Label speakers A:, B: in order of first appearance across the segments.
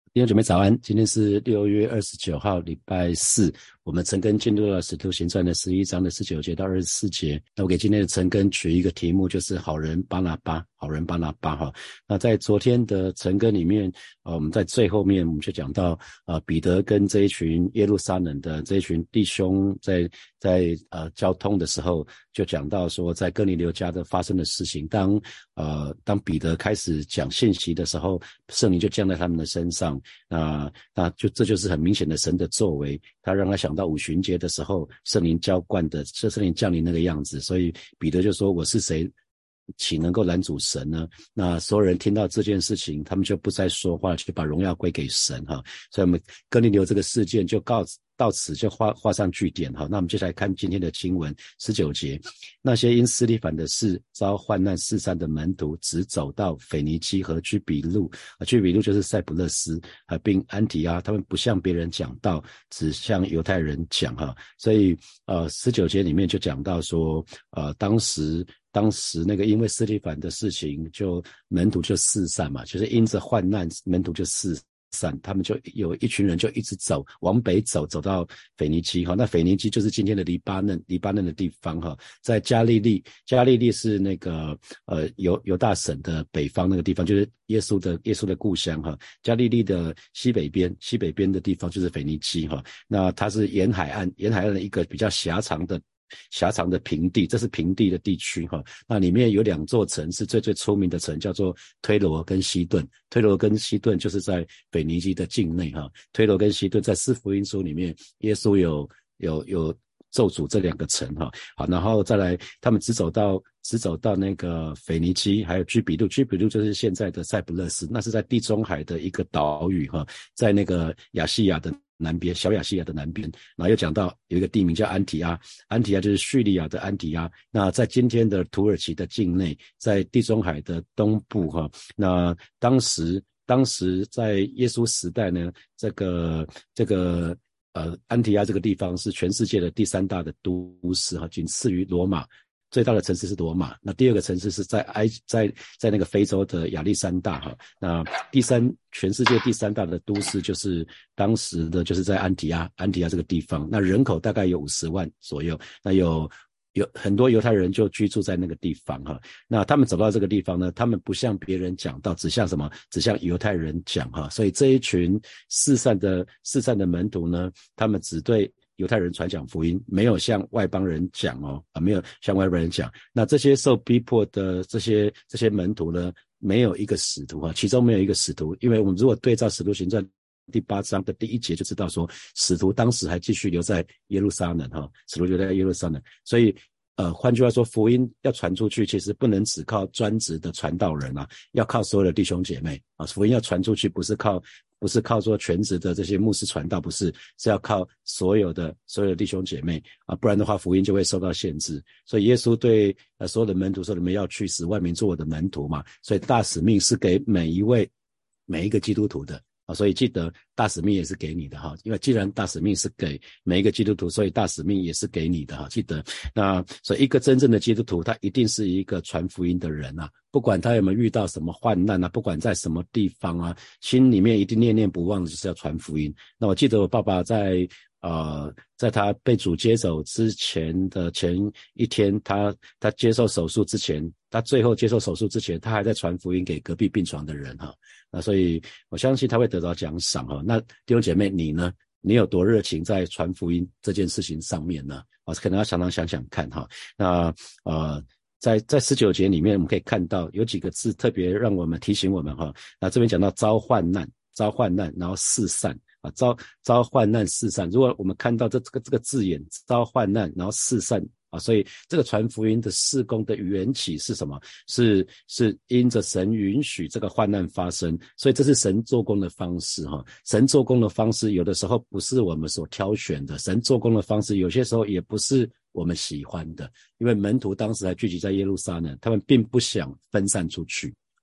A: 弟兄姐妹早安，今天是6月29号礼拜四，我们陈根进入了使徒行传的11章的19节到24节。那我给今天的陈根取一个题目，就是好人巴拿巴，好人巴拿巴哈。那在昨天的陈根里面，我们在最后面我们就讲到彼得跟这一群耶路撒冷的这一群弟兄在交通的时候，就讲到说在哥尼流家的发生的事情。当彼得开始讲信息的时候，圣灵就降在他们的身上。这就是很明显的神的作为，他让他想到五旬节的时候圣灵浇灌的圣灵降临那个样子，所以彼得就说我是谁岂能够拦阻神呢？那所有人听到这件事情，他们就不再说话，就把荣耀归给神哈。所以我们哥尼流这个事件就到此就画上句点哈。那我们接下来看今天的经文19节，那些因司提反的事遭患难四散的门徒，只走到腓尼基和居比路，居比路就是塞浦路斯并安提阿，他们不向别人讲道，只向犹太人讲哈。所以19节里面就讲到说当时那个因为司提反的事情，就门徒就四散嘛，就是因着患难门徒就四散，他们就有一群人就一直往北走到腓尼基哈。那腓尼基就是今天的黎巴嫩的地方哈，在加利利是那个犹大省的北方那个地方，就是耶稣的故乡哈。加利利的西北边的地方就是腓尼基哈。那它是沿海岸的一个比较狭长的平地，这是平地的地区哈。那里面有两座城是最出名的城，叫做推罗跟西顿。推罗跟西顿就是在腓尼基的境内哈。推罗跟西顿在四福音书里面，耶稣有咒诅这两个城哈。好，然后再来他们只走到那个腓尼基，还有居比路就是现在的塞浦路斯，那是在地中海的一个岛屿哈，在那个亚细亚的南边，小亚细亚的南边。然后又讲到有一个地名叫安提阿就是叙利亚的安提阿，那在今天的土耳其的境内，在地中海的东部哈。那当时在耶稣时代呢，这个安提阿这个地方是全世界的第三大的都市哈，仅次于罗马。最大的城市是罗马，那第二个城市是在那个非洲的亚历山大哈。那全世界第三大的都市就是当时的就是在安提阿这个地方，那人口大概有50万左右，那有很多犹太人就居住在那个地方哈。那他们走到这个地方呢，他们不向别人讲道，只向犹太人讲哈。所以这一群四散的门徒呢，他们只对犹太人传讲福音，没有向外邦人讲没有向外邦人讲。那这些受逼迫的这些门徒呢，没有一个使徒其中没有一个使徒，因为我们如果对照使徒行传第8章的第1节就知道说，使徒当时还继续留在耶路撒冷使徒留在耶路撒冷。所以换句话说，福音要传出去，其实不能只靠专职的传道人要靠所有的弟兄姐妹福音要传出去，不是靠说全职的这些牧师传道，是要靠所有的弟兄姐妹不然的话福音就会受到限制。所以耶稣对所有的门徒说，你们要去使万民做我的门徒嘛。所以大使命是给每一个基督徒的所以记得大使命也是给你的因为既然大使命是给每一个基督徒，所以大使命也是给你的记得。那所以一个真正的基督徒，他一定是一个传福音的人不管他有没有遇到什么患难不管在什么地方心里面一定念念不忘的就是要传福音。那我记得我爸爸在他被主接走之前的前一天，他接受手术之前，他最后接受手术之前，他还在传福音给隔壁病床的人那所以我相信他会得到奖赏那弟兄姐妹，你呢？你有多热情在传福音这件事情上面呢？可能要常常想想看那在19节里面我们可以看到有几个字特别让我们提醒我们那这边讲到遭患难然后四散遭患难四散。如果我们看到这个字眼，遭患难然后四散所以这个传福音的事工的缘起是什么？是因着神允许这个患难发生，所以这是神做工的方式神做工的方式有的时候不是我们所挑选的，神做工的方式有些时候也不是我们喜欢的。因为门徒当时还聚集在耶路撒冷，他们并不想分散出去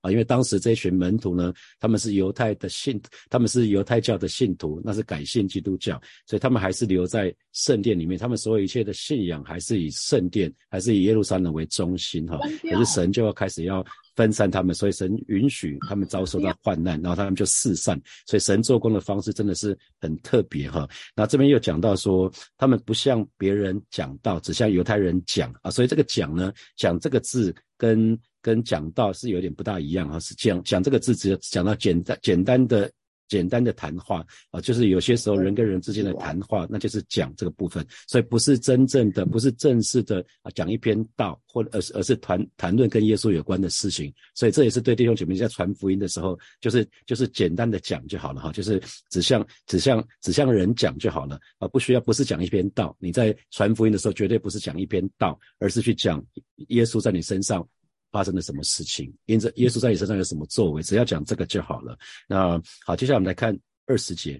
A: 因为当时这一群门徒呢，他们是犹太教的信徒，那是改信基督教，所以他们还是留在圣殿里面，他们所有一切的信仰还是以圣殿，还是以耶路撒冷为中心可是神就要开始要分散他们，所以神允许他们遭受到患难，然后他们就四散，所以神做工的方式真的是很特别那这边又讲到说，他们不向别人讲道，只向犹太人讲所以这个讲呢，讲这个字跟讲道是有点不大一样是讲这个字只讲到简单的谈话就是有些时候人跟人之间的谈话，那就是讲这个部分，所以不是真正的，不是正式的讲一篇道，而是谈论跟耶稣有关的事情。所以这也是对弟兄姐妹在传福音的时候，就是简单的讲就好了就是只向人讲就好了不是讲一篇道。你在传福音的时候，绝对不是讲一篇道，而是去讲耶稣在你身上发生了什么事情，因着耶稣在你身上有什么作为，只要讲这个就好了。那好，接下来我们来看20节，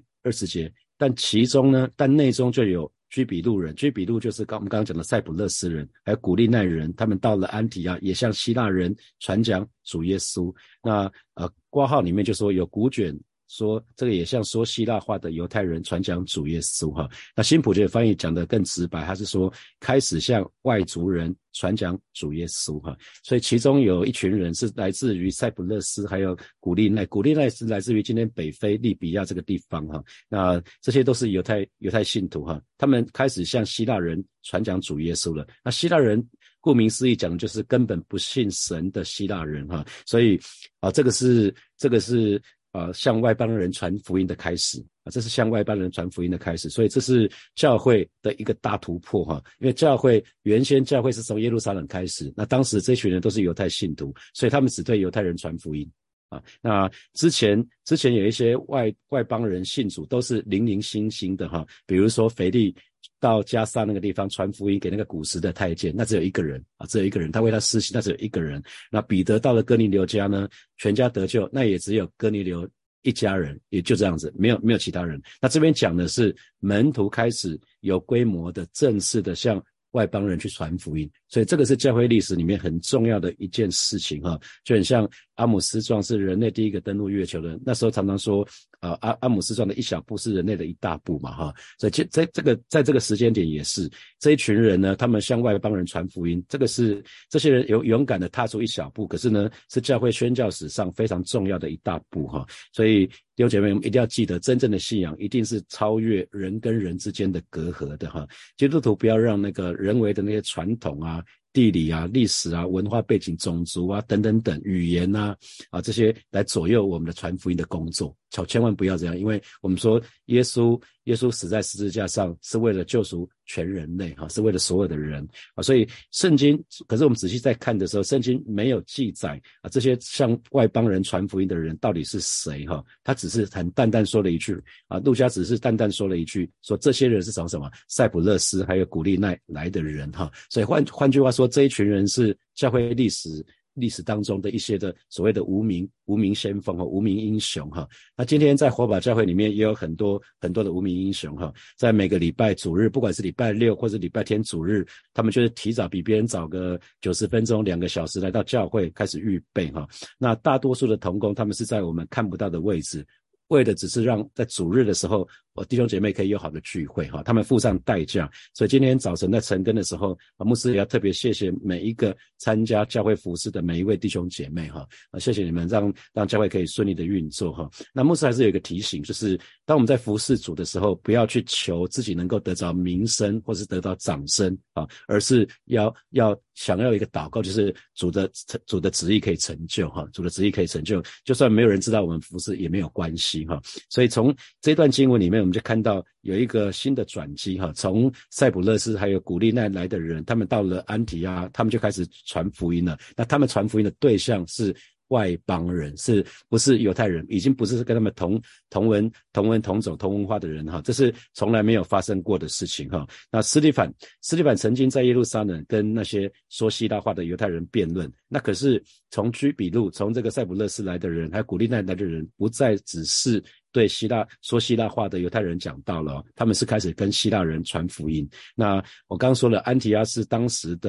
A: 但内中就有居比路人，居比路就是我们刚刚讲的塞浦勒斯人，还有古利奈人，他们到了安提阿，也向希腊人传讲主耶稣。那括号里面就说有古卷说这个也像说希腊话的犹太人传讲主耶稣那新普觉翻译讲得更直白，他是说开始向外族人传讲主耶稣所以其中有一群人是来自于塞浦勒斯还有古利奈是来自于今天北非利比亚这个地方那这些都是犹太信徒他们开始向希腊人传讲主耶稣了。那希腊人顾名思义讲的就是根本不信神的希腊人所以这个是向外邦人传福音的开始这是向外邦人传福音的开始，所以这是教会的一个大突破因为原先教会是从耶路撒冷开始，那当时这群人都是犹太信徒，所以他们只对犹太人传福音那之前有一些外邦人信主都是零零星星的比如说腓力到加萨那个地方传福音给那个古时的太监，那只有一个人他为他施洗，那只有一个人。那彼得到了哥尼流家呢，全家得救，那也只有哥尼流一家人，也就这样子，没有其他人。那这边讲的是门徒开始有规模的正式的向外邦人去传福音，所以这个是教会历史里面很重要的一件事情就很像阿姆斯壮是人类第一个登陆月球的，那时候常常说阿姆斯壮的一小步是人类的一大步嘛所以在这个时间点也是这一群人呢，他们向外邦人传福音，这些人勇敢的踏出一小步，可是呢是教会宣教史上非常重要的一大步所以弟兄姐妹，我们一定要记得，真正的信仰一定是超越人跟人之间的隔阂的基督徒不要让那个人为的那些传统地理历史文化背景、种族等等等语言这些来左右我们的传福音的工作，千万不要这样，因为我们说耶稣死在十字架上是为了救赎全人类是为了所有的人所以圣经，可是我们仔细在看的时候，圣经没有记载这些向外邦人传福音的人到底是谁他只是很淡淡说了一句路加只是淡淡说了一句，说这些人是从什么塞浦勒斯还有古利奈来的人所以换句话说，这一群人是教会历史当中的一些的所谓的无名先锋无名英雄那今天在火把教会里面也有很多很多的无名英雄在每个礼拜主日，不管是礼拜六或者礼拜天主日，他们就是提早比别人早个90分钟2个小时来到教会开始预备那大多数的同工他们是在我们看不到的位置，为的只是让在主日的时候弟兄姐妹可以有好的聚会他们付上代价。所以今天早晨在晨更的时候牧师也要特别谢谢每一个参加教会服事的每一位弟兄姐妹谢谢你们让教会可以顺利的运作那牧师还是有一个提醒，就是当我们在服事主的时候，不要去求自己能够得着名声或是得到掌声而是要想要一个祷告，就是主的旨意可以成就主的旨意可以成就，就算没有人知道我们服事也没有关系所以从这段经文里面我们就看到有一个新的转机从塞浦勒斯还有古利奈来的人，他们到了安提阿，他们就开始传福音了。那他们传福音的对象是外邦人，是不是犹太人？已经不是跟他们同文同种同文化的人这是从来没有发生过的事情那司提反曾经在耶路撒冷跟那些说希腊话的犹太人辩论，那可是从居比路，从这个塞浦勒斯来的人还有古利奈来的人，不再只是对说希腊话的犹太人讲道了他们是开始跟希腊人传福音。那我刚刚说了，安提阿是当时的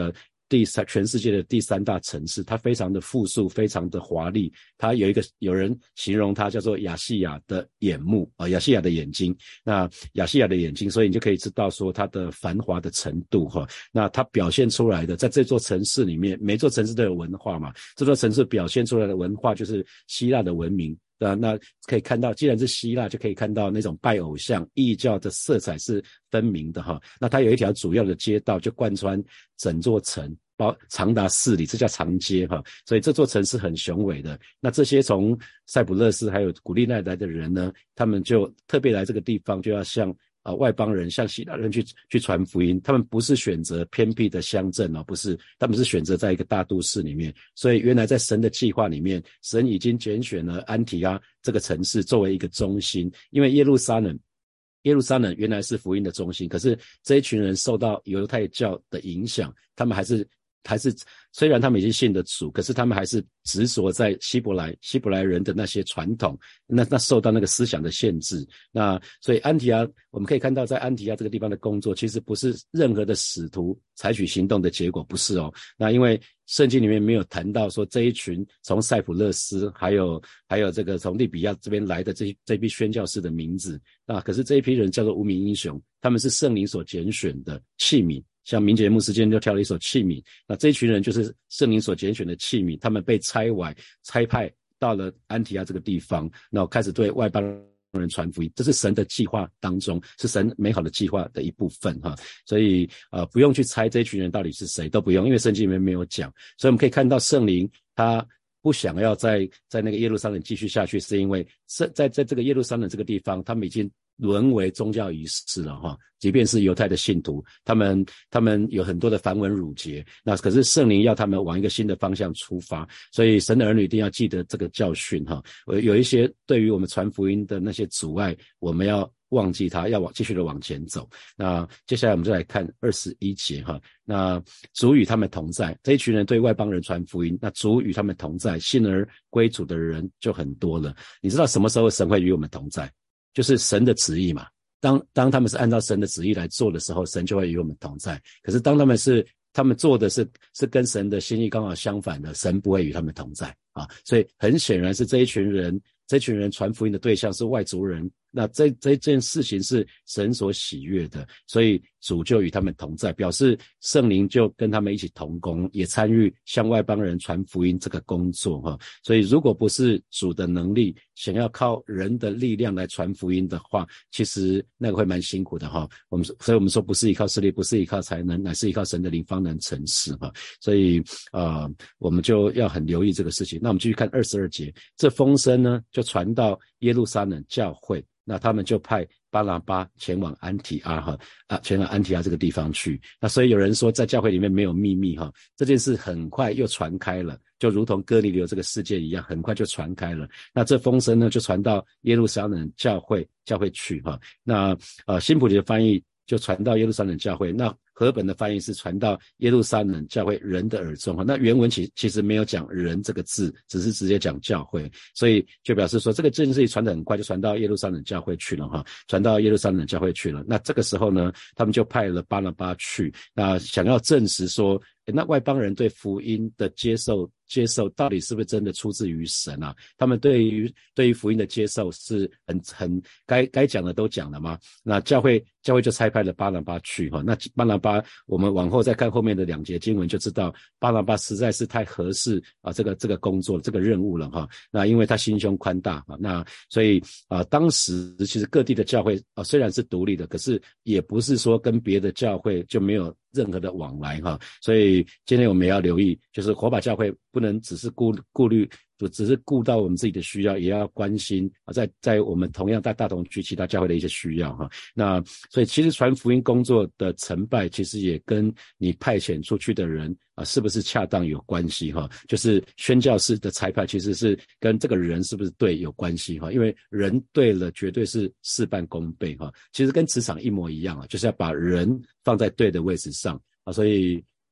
A: 全世界的第3大城市，它非常的富庶，非常的华丽。它有人形容它叫做亚细亚的眼目啊，亚细亚的眼睛。那亚细亚的眼睛，所以你就可以知道说它的繁华的程度哈。那它表现出来的，在这座城市里面，每座城市都有文化嘛，这座城市表现出来的文化就是希腊的文明。那可以看到，既然是希腊，就可以看到那种拜偶像、异教的色彩是分明的哈。那它有一条主要的街道，就贯穿整座城，长达4里，这叫长街哈。所以这座城是很雄伟的。那这些从塞浦路斯还有古利奈来的人呢，他们就特别来这个地方，就要向外邦人，向希腊人去传福音。他们不是选择偏僻的乡镇不是，他们是选择在一个大都市里面。所以原来在神的计划里面，神已经拣选了安提阿这个城市作为一个中心。因为耶路撒冷原来是福音的中心，可是这一群人受到犹太教的影响，他们还是虽然他们已经信了主，可是他们还是执着在希伯来人的那些传统，那受到那个思想的限制。那所以安提阿，我们可以看到在安提阿这个地方的工作，其实不是任何的使徒采取行动的结果，不是那因为圣经里面没有谈到说这一群从塞浦路斯还有这个从利比亚这边来的这批宣教士的名字。那可是这一批人叫做无名英雄，他们是圣灵所拣选的器皿。像明节牧师今天就挑了一首器皿，那这一群人就是圣灵所拣选的器皿，他们被差派到了安提阿这个地方，然后开始对外邦人传福音。这是神的计划当中，是神美好的计划的一部分哈。所以不用去猜这一群人到底是谁，都不用，因为圣经里面没有讲。所以我们可以看到圣灵他不想要在那个耶路撒冷继续下去，是因为在这个耶路撒冷这个地方，他们已经沦为宗教仪式了哈。即便是犹太的信徒，他们有很多的繁文缛节，那可是圣灵要他们往一个新的方向出发，所以神的儿女一定要记得这个教训哈。有一些对于我们传福音的那些阻碍，我们要忘记它，要继续的往前走。那接下来我们就来看21节哈。那主与他们同在，这一群人对外邦人传福音，那主与他们同在，信而归主的人就很多了。你知道什么时候神会与我们同在？就是神的旨意嘛。当他们是按照神的旨意来做的时候，神就会与我们同在。可是当他们做的是跟神的心意刚好相反的，神不会与他们同在啊。所以很显然是这一群人传福音的对象是外族人，那这件事情是神所喜悦的，所以主就与他们同在，表示圣灵就跟他们一起同工，也参与向外邦人传福音这个工作哈。所以如果不是主的能力，想要靠人的力量来传福音的话，其实那个会蛮辛苦的哈。所以我们说不是依靠势力，不是依靠才能，乃是依靠神的灵方能成事哈。所以我们就要很留意这个事情。那我们继续看22节，这风声呢就传到耶路撒冷教会，那他们就派巴拿巴前往安提阿前往安提阿这个地方去。那所以有人说在教会里面没有秘密哈，这件事很快又传开了，就如同哥尼流这个事件一样，很快就传开了。那这风声呢就传到耶路撒冷教会去哈。那新普利的翻译就传到耶路撒冷教会，那和本的翻译是传到耶路撒冷教会人的耳中哈。那原文其实没有讲人这个字，只是直接讲教会，所以就表示说这个件事情传得很快，就传到耶路撒冷教会去了哈，传到耶路撒冷教会去了。那这个时候呢，他们就派了巴拿巴去，那想要证实说那外邦人对福音的接受到底是不是真的出自于神啊？他们对于福音的接受是很该讲的都讲了吗？那教会就差派了巴拿巴去哈。那巴拿巴我们往后再看后面的2节经文就知道，巴拿巴实在是太合适这个工作这个任务了哈。那因为他心胸宽大那所以当时其实各地的教会虽然是独立的，可是也不是说跟别的教会就没有任何的往来哈。所以今天我们也要留意，就是火把教会不能只是顾虑，只是顾到我们自己的需要，也要关心在我们同样在大同区其他教会的一些需要哈。那所以其实传福音工作的成败，其实也跟你派遣出去的人是不是恰当有关系哈。就是宣教士的差派其实是跟这个人是不是对有关系哈。因为人对了，绝对是事半功倍哈。其实跟职场一模一样就是要把人放在对的位置上所以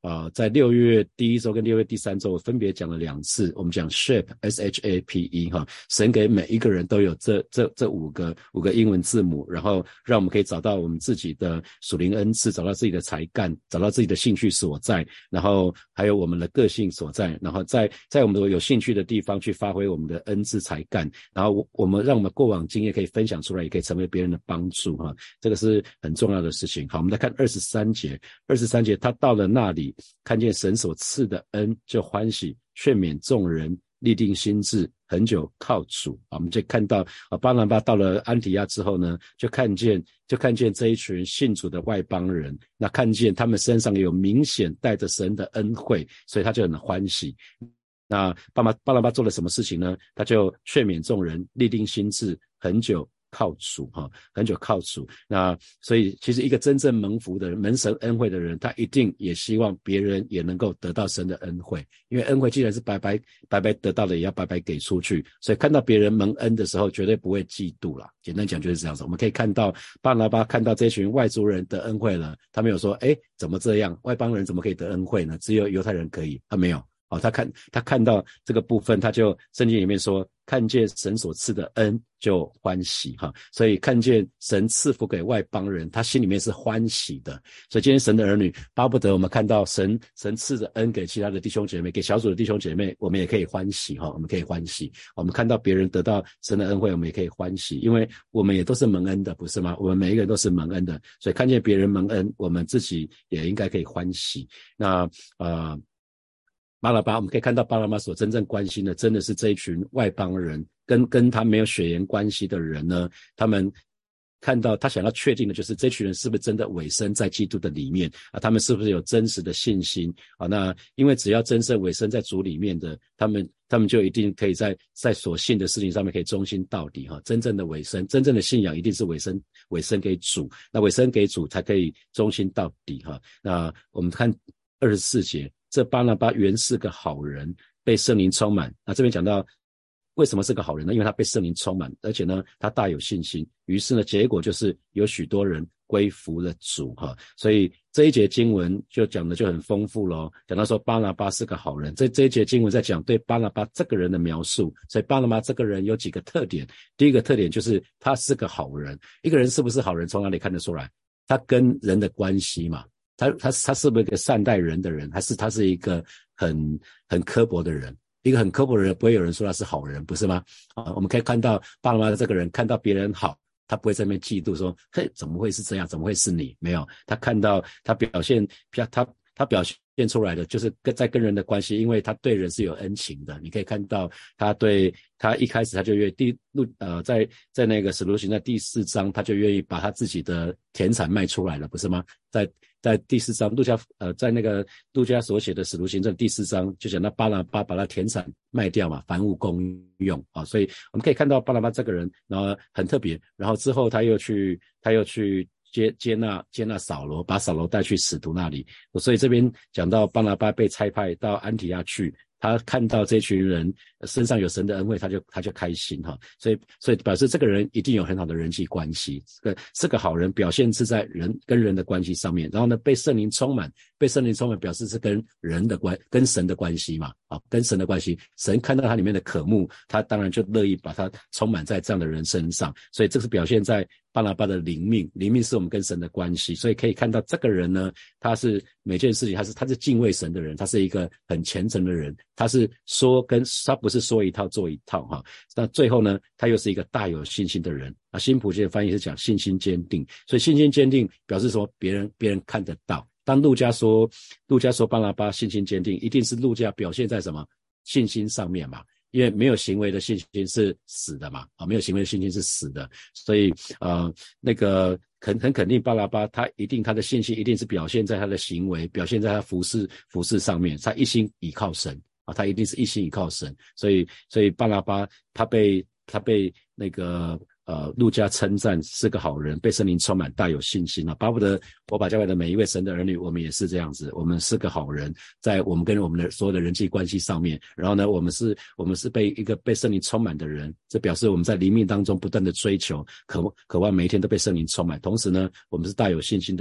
A: 在6月第1周跟6月第3周我分别讲了2次，我们讲 shape SHAPE 神给每一个人都有这5个英文字母，然后让我们可以找到我们自己的属灵恩赐，找到自己的才干，找到自己的兴趣所在，然后还有我们的个性所在，然后在我们有兴趣的地方去发挥我们的恩赐才干，然后我们让我们过往经验可以分享出来，也可以成为别人的帮助这个是很重要的事情。好，我们来看23节，他到了那里，看见神所赐的恩，就欢喜，劝勉众人，立定心志，恒久靠主。我们就看到巴拿巴到了安提亚之后呢，就看见这一群信主的外邦人，那看见他们身上有明显带着神的恩惠，所以他就很欢喜。那巴拿巴做了什么事情呢？他就劝勉众人，立定心志，恒久靠主很久靠主。那所以其实一个真正蒙福的人，蒙神恩惠的人，他一定也希望别人也能够得到神的恩惠，因为恩惠既然是白白得到的，也要白白给出去，所以看到别人蒙恩的时候绝对不会嫉妒啦。简单讲就是这样子。我们可以看到巴拿巴看到这群外族人得恩惠了，他没有说怎么这样，外邦人怎么可以得恩惠呢？只有犹太人可以，他没有他看到这个部分，他就圣经里面说看见神所赐的恩就欢喜所以看见神赐福给外邦人，他心里面是欢喜的。所以今天神的儿女巴不得我们看到神赐的恩给其他的弟兄姐妹，给小组的弟兄姐妹，我们也可以欢喜我们可以欢喜。我们看到别人得到神的恩惠，我们也可以欢喜，因为我们也都是蒙恩的，不是吗？我们每一个人都是蒙恩的，所以看见别人蒙恩，我们自己也应该可以欢喜。那巴拿巴，我们可以看到巴拿巴所真正关心的真的是这一群外邦人，跟他没有血缘关系的人呢，他们看到他想要确定的就是这群人是不是真的委身在基督的里面他们是不是有真实的信心那因为只要真正委身在主里面的，他们就一定可以在所信的事情上面可以忠心到底真正的委身，真正的信仰一定是委身给主，那委身给主才可以忠心到底那我们看24节，这巴拿巴原是个好人，被圣灵充满。那这边讲到为什么是个好人呢？因为他被圣灵充满，而且呢他大有信心，于是呢结果就是有许多人归服了主所以这一节经文就讲的就很丰富咯，讲到说巴拿巴是个好人。这一节经文在讲对巴拿巴这个人的描述，所以巴拿巴这个人有几个特点。第一个特点就是他是个好人。一个人是不是好人从哪里看得出来？他跟人的关系嘛，他是不是一个善待人的人，还是他是一个很刻薄的人？一个很刻薄的人不会有人说他是好人，不是吗？我们可以看到巴拿巴的这个人看到别人好，他不会在那边嫉妒说嘿怎么会是这样，怎么会是你，没有，他看到他表现出来的就是在跟人的关系，因为他对人是有恩情的。你可以看到他一开始他就愿意在那个使徒行传第4章，他就愿意把他自己的田产卖出来了，不是吗？在第4章在那个路加所写的使徒行传第4章就讲到巴拿巴把他田产卖掉嘛，凡物公用所以我们可以看到巴拿巴这个人然后很特别，然后之后他又去接纳扫罗，把扫罗带去使徒那里。所以这边讲到巴拿巴被差派到安提亚去，他看到这群人身上有神的恩惠，他就开心所以表示这个人一定有很好的人际关系，是个好人，表现是在人跟人的关系上面。然后呢被圣灵充满表示是跟神的关系嘛跟神的关系，神看到他里面的渴慕，他当然就乐意把他充满在这样的人身上。所以这是表现在巴拿巴的灵命是我们跟神的关系。所以可以看到这个人呢，他是每件事情他是敬畏神的人，他是一个很虔诚的人，他不是说一套做一套那最后呢他又是一个大有信心的人新普世的翻译是讲信心坚定。所以信心坚定表示说别人看得到。当路加说巴拿巴信心坚定，一定是路加表现在什么信心上面嘛，因为没有行为的信心是死的嘛没有行为的信心是死的。所以那个很肯定巴拿巴他的信心一定是表现在他的行为，表现在他服侍上面，他一心倚靠神他一定是一心倚靠神。所以巴拿巴他被那个路加称赞是个好人，被圣灵充满，大有信心巴不得我把教会的每一位神的儿女，我们也是这样子，我们是个好人，在我们跟我们的所有的人际关系上面。然后呢我们是被圣灵充满的人，这表示我们在灵命当中不断的追求渴望每一天都被圣灵充满。同时呢我们是大有信心的人，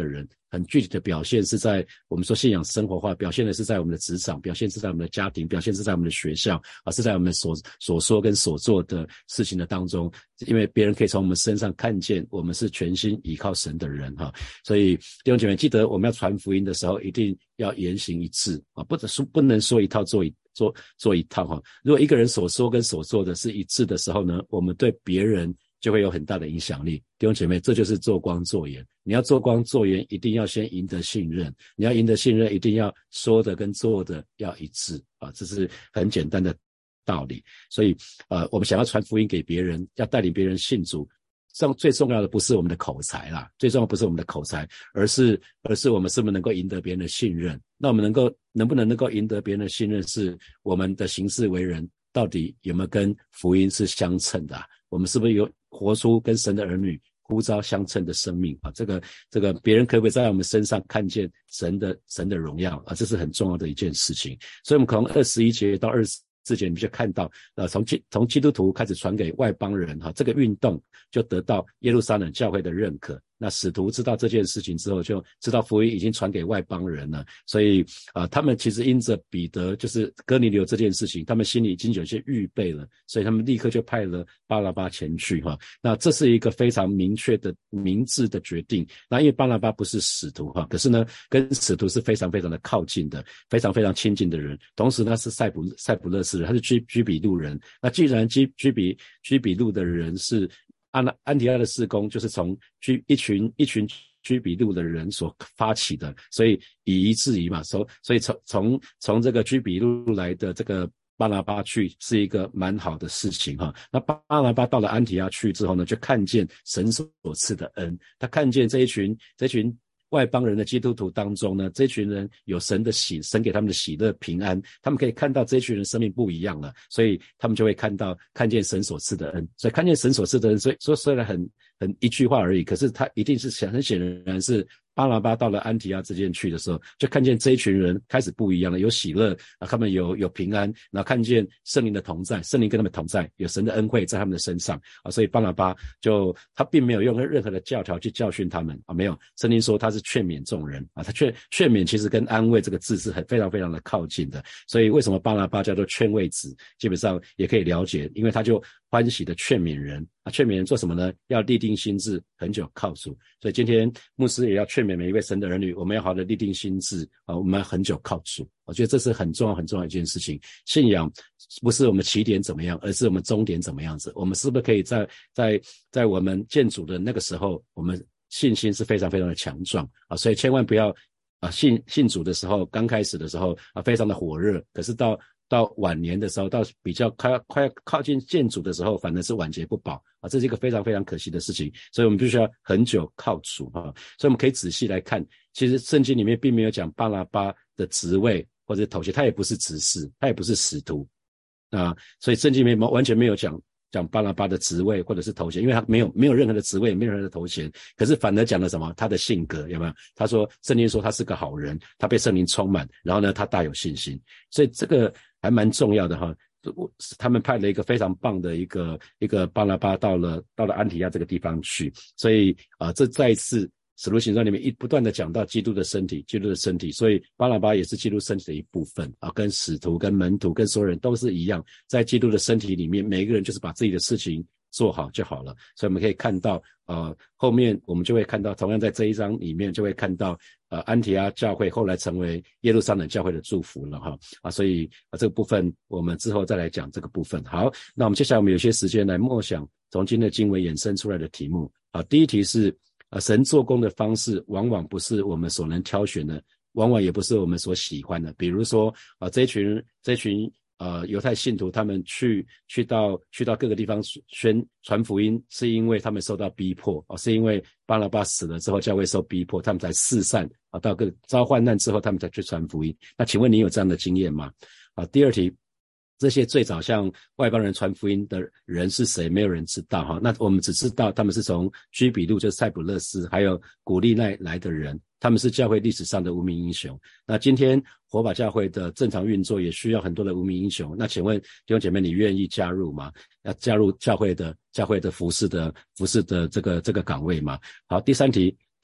A: 很具体的表现是在我们说信仰生活化，表现的是在我们的职场，表现是在我们的家庭，表现是在我们的学校，是在我们所说跟所做的事情的当中，因为别人可以从我们身上看见我们是全心倚靠神的人哈。所以弟兄姐妹，记得我们要传福音的时候一定要言行一致啊，不能说一套做一套哈。如果一个人所说跟所做的是一致的时候呢，我们对别人就会有很大的影响力。弟兄姐妹，这就是做光做盐。你要做光做盐，一定要先赢得信任。你要赢得信任，一定要说的跟做的要一致啊，这是很简单的道理。所以我们想要传福音给别人，要带领别人信主，最重要的不是我们的口才啦，最重要不是我们的口才，而是我们是不是能够赢得别人的信任。那我们能不能够赢得别人的信任，是我们的行事为人到底有没有跟福音是相称的啊，我们是不是有活出跟神的儿女呼召相称的生命啊？这个别人可不可以在我们身上看见神的荣耀啊？这是很重要的一件事情。所以我们从21节到24节，你们就看到从基督徒开始传给外邦人这个运动就得到耶路撒冷教会的认可。那使徒知道这件事情之后，就知道福音已经传给外邦人了，所以他们其实因着彼得就是哥尼流这件事情，他们心里已经有些预备了，所以他们立刻就派了巴拿巴前去那这是一个非常明确的明智的决定。那因为巴拿巴不是使徒可是呢跟使徒是非常非常的靠近的，非常非常亲近的人，同时他是塞浦勒斯人，他是居比路人。那既然居比路的人是安提阿的事工就是从一群居比路的人所发起的，所以以夷制夷嘛，所以从这个居比路来的这个巴拿巴去是一个蛮好的事情那巴拿巴到了安提阿去之后呢，就看见神所赐的恩，他看见这一群外邦人的基督徒当中呢，这群人有神给他们的喜乐平安，他们可以看到这群人生命不一样了，所以他们就会看见神所赐的恩。所以看见神所赐的恩，所以说虽然很一句话而已，可是他一定是很显然是巴拿巴到了安提阿之间去的时候，就看见这一群人开始不一样了，有喜乐他们有平安，然后看见圣灵的同在，圣灵跟他们同在，有神的恩惠在他们的身上所以巴拿巴他并没有用任何的教条去教训他们没有，圣经说他是劝勉众人他劝勉其实跟安慰这个字是非常非常的靠近的，所以为什么巴拿巴叫做劝慰子，基本上也可以了解，因为他就欢喜的劝勉人劝勉人做什么呢？要立定心志，很久靠主。所以今天牧师也要劝勉每一位神的儿女，我们要好的立定心志我们要很久靠主。我觉得这是很重要很重要的一件事情。信仰不是我们起点怎么样，而是我们终点怎么样子。我们是不是可以在我们见主的那个时候，我们信心是非常非常的强壮所以千万不要信主的时候，刚开始的时候非常的火热，可是到晚年的时候，到比较快靠近见主的时候，反而是晚节不保这是一个非常非常可惜的事情。所以我们必须要很久靠主所以我们可以仔细来看，其实圣经里面并没有讲巴拿巴的职位或者头衔，他也不是执事，他也不是使徒所以圣经里面完全没有讲巴拿巴的职位或者是头衔，因为他没有任何的职位，也没有任何的头衔，可是反而讲了什么？他的性格有没有？他说圣经说他是个好人，他被圣灵充满，然后呢他大有信心，所以这个还蛮重要的他们派了一个非常棒的一个巴拿巴到了安提亚这个地方去，所以这再一次使徒行传里面不断的讲到基督的身体，所以巴拿巴也是基督身体的一部分跟使徒跟门徒跟所有人都是一样，在基督的身体里面，每一个人就是把自己的事情做好就好了。所以我们可以看到后面我们就会看到，同样在这一章里面就会看到安提阿教会后来成为耶路撒冷教会的祝福了所以这个部分我们之后再来讲这个部分。好，那我们接下来我们有些时间来默想从今天的经文衍生出来的题目第一题是神做工的方式往往不是我们所能挑选的，往往也不是我们所喜欢的。比如说这群犹太信徒他们去到各个地方传福音，是因为他们受到逼迫是因为巴拿巴死了之后教会受逼迫，他们才四散到各遭患难之后他们才去传福音。那请问你有这样的经验吗第二题，这些最早向外邦人传福音的人是谁？没有人知道那我们只知道他们是从居比路就是塞浦勒斯还有古利奈来的人，他们是教会历史上的无名英雄。那今天火把教会的正常运作也需要很多的无名英雄，那请问弟兄姐妹你愿意加入吗？要加入教会的服事的这个岗位吗？好，第三题，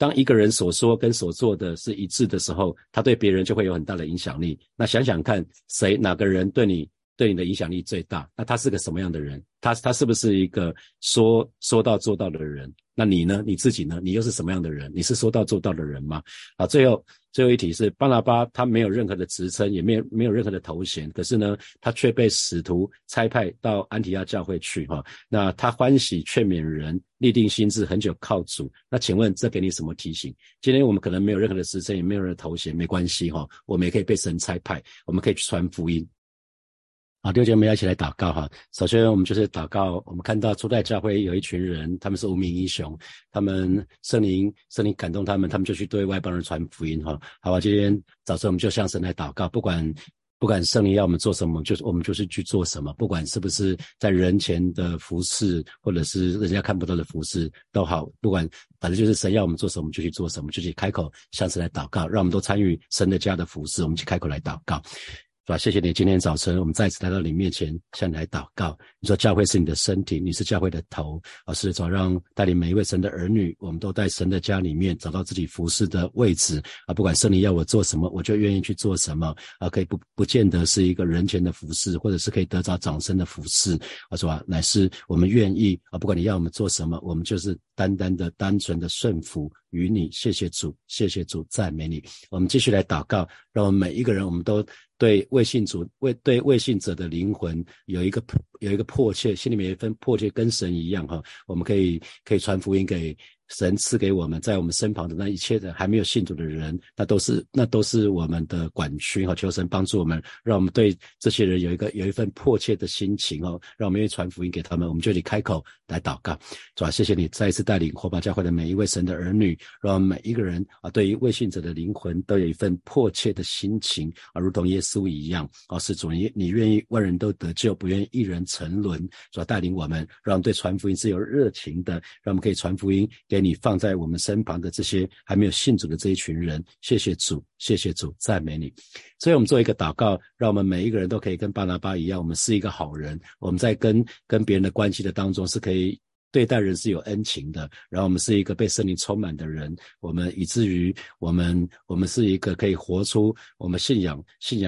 A: 当一个人所说跟所做的是一致的时候，他对别人就会有很大的影响力。那想想看，哪个人对你的影响力最大？那他是个什么样的人？他是不是一个说到做到的人？那你呢？你自己呢？你又是什么样的人？你是说到做到的人吗？好，最后一题是巴拿巴，他没有任何的职称，也没有任何的头衔，可是呢，他却被使徒差派到安提阿教会去哈。那他欢喜劝勉人，立定心志，很久靠主。那请问这给你什么提醒？今天我们可能没有任何的职称，也没有任何的头衔，没关系哈，我们也可以被神差派，我们可以去传福音。好，弟兄姐妹要一起来祷告哈。首先我们就是祷告，我们看到初代教会有一群人，他们是无名英雄，他们圣灵感动他们就去对外邦人传福音哈。好吧，今天早晨我们就向神来祷告，不管圣灵要我们做什么，我们就是去做什么，不管是不是在人前的服事，或者是人家看不到的服事都好，不管反正就是神要我们做什么，我们就去做什么，就去开口向神来祷告，让我们都参与神的家的服事，我们去开口来祷告。是吧？谢谢你，今天早晨我们再次来到你面前，向你来祷告。你说教会是你的身体，你是教会的头，是主让带领每一位神的儿女，我们都在神的家里面找到自己服事的位置不管圣灵要我做什么，我就愿意去做什么可以不见得是一个人前的服事，或者是可以得着掌声的服事是吧？乃是我们愿意不管你要我们做什么，我们就是单纯的顺服于你。谢谢主，谢谢主，赞美你。我们继续来祷告，让我们每一个人，我们都对未信者的灵魂有一个迫切，心里面有一份迫切，跟神一样我们可以传福音给神赐给我们在我们身旁的那一切的还没有信主的人，那都是我们的管区求神帮助我们，让我们对这些人有一份迫切的心情让我们愿意传福音给他们。我们就得开口来祷告。主啊，谢谢你再一次带领火把教会的每一位神的儿女，让我们每一个人对于未信者的灵魂都有一份迫切的心情如同耶稣一样是主，你愿意万人都得救，不愿意一人沉沦。主啊，带领我们，让我们对传福音是有热情的，让我们可以传福音给你放在我们身旁的这些还没有信主的这一群人。谢谢主，谢谢主，赞美你。所以我们做一个祷告，让我们每一个人都可以跟巴拿巴一样，我们是一个好人，我们在跟别人的关系的当中是可以对待人是有恩情的，然后我们是一个被圣灵充满的人，我们以至于我们是一个可以活出我们信仰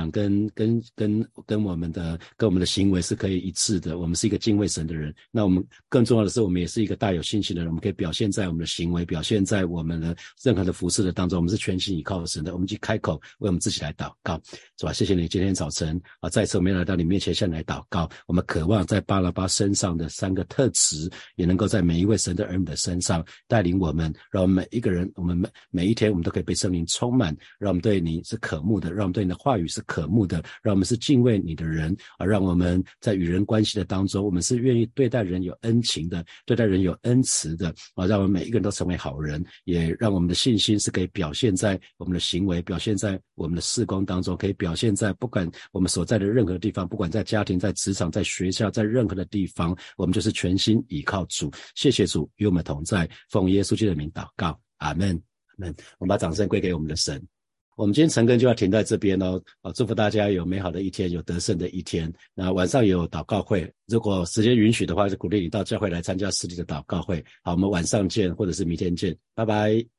A: 跟我们的行为是可以一致的，我们是一个敬畏神的人。那我们更重要的是，我们也是一个大有信心的人，我们可以表现在我们的行为，表现在我们的任何的服事的当中，我们是全心依靠神的。我们去开口为我们自己来祷告，是吧？谢谢你今天早晨再次我们来到你面前向你来祷告，我们渴望在巴拿巴身上的3个特质也能够在每一位神的儿女的身上带领我们，让我们每一个人，我们每一天我们都可以被圣灵充满，让我们对你是渴慕的，让我们对你的话语是渴慕的，让我们是敬畏你的人让我们在与人关系的当中，我们是愿意对待人有恩情的，对待人有恩慈的让我们每一个人都成为好人，也让我们的信心是可以表现在我们的行为，表现在我们的事工当中，可以表现在不管我们所在的任何地方，不管在家庭，在职场，在学校，在任何的地方，我们就是全心倚靠主。谢谢主与我们同在，奉耶稣基督的名祷告，阿们，阿们。我们把掌声归给我们的神。我们今天晨更就要停在这边祝福大家有美好的一天，有得胜的一天。那晚上有祷告会，如果时间允许的话，就鼓励你到教会来参加实体的祷告会。好，我们晚上见，或者是明天见，拜拜。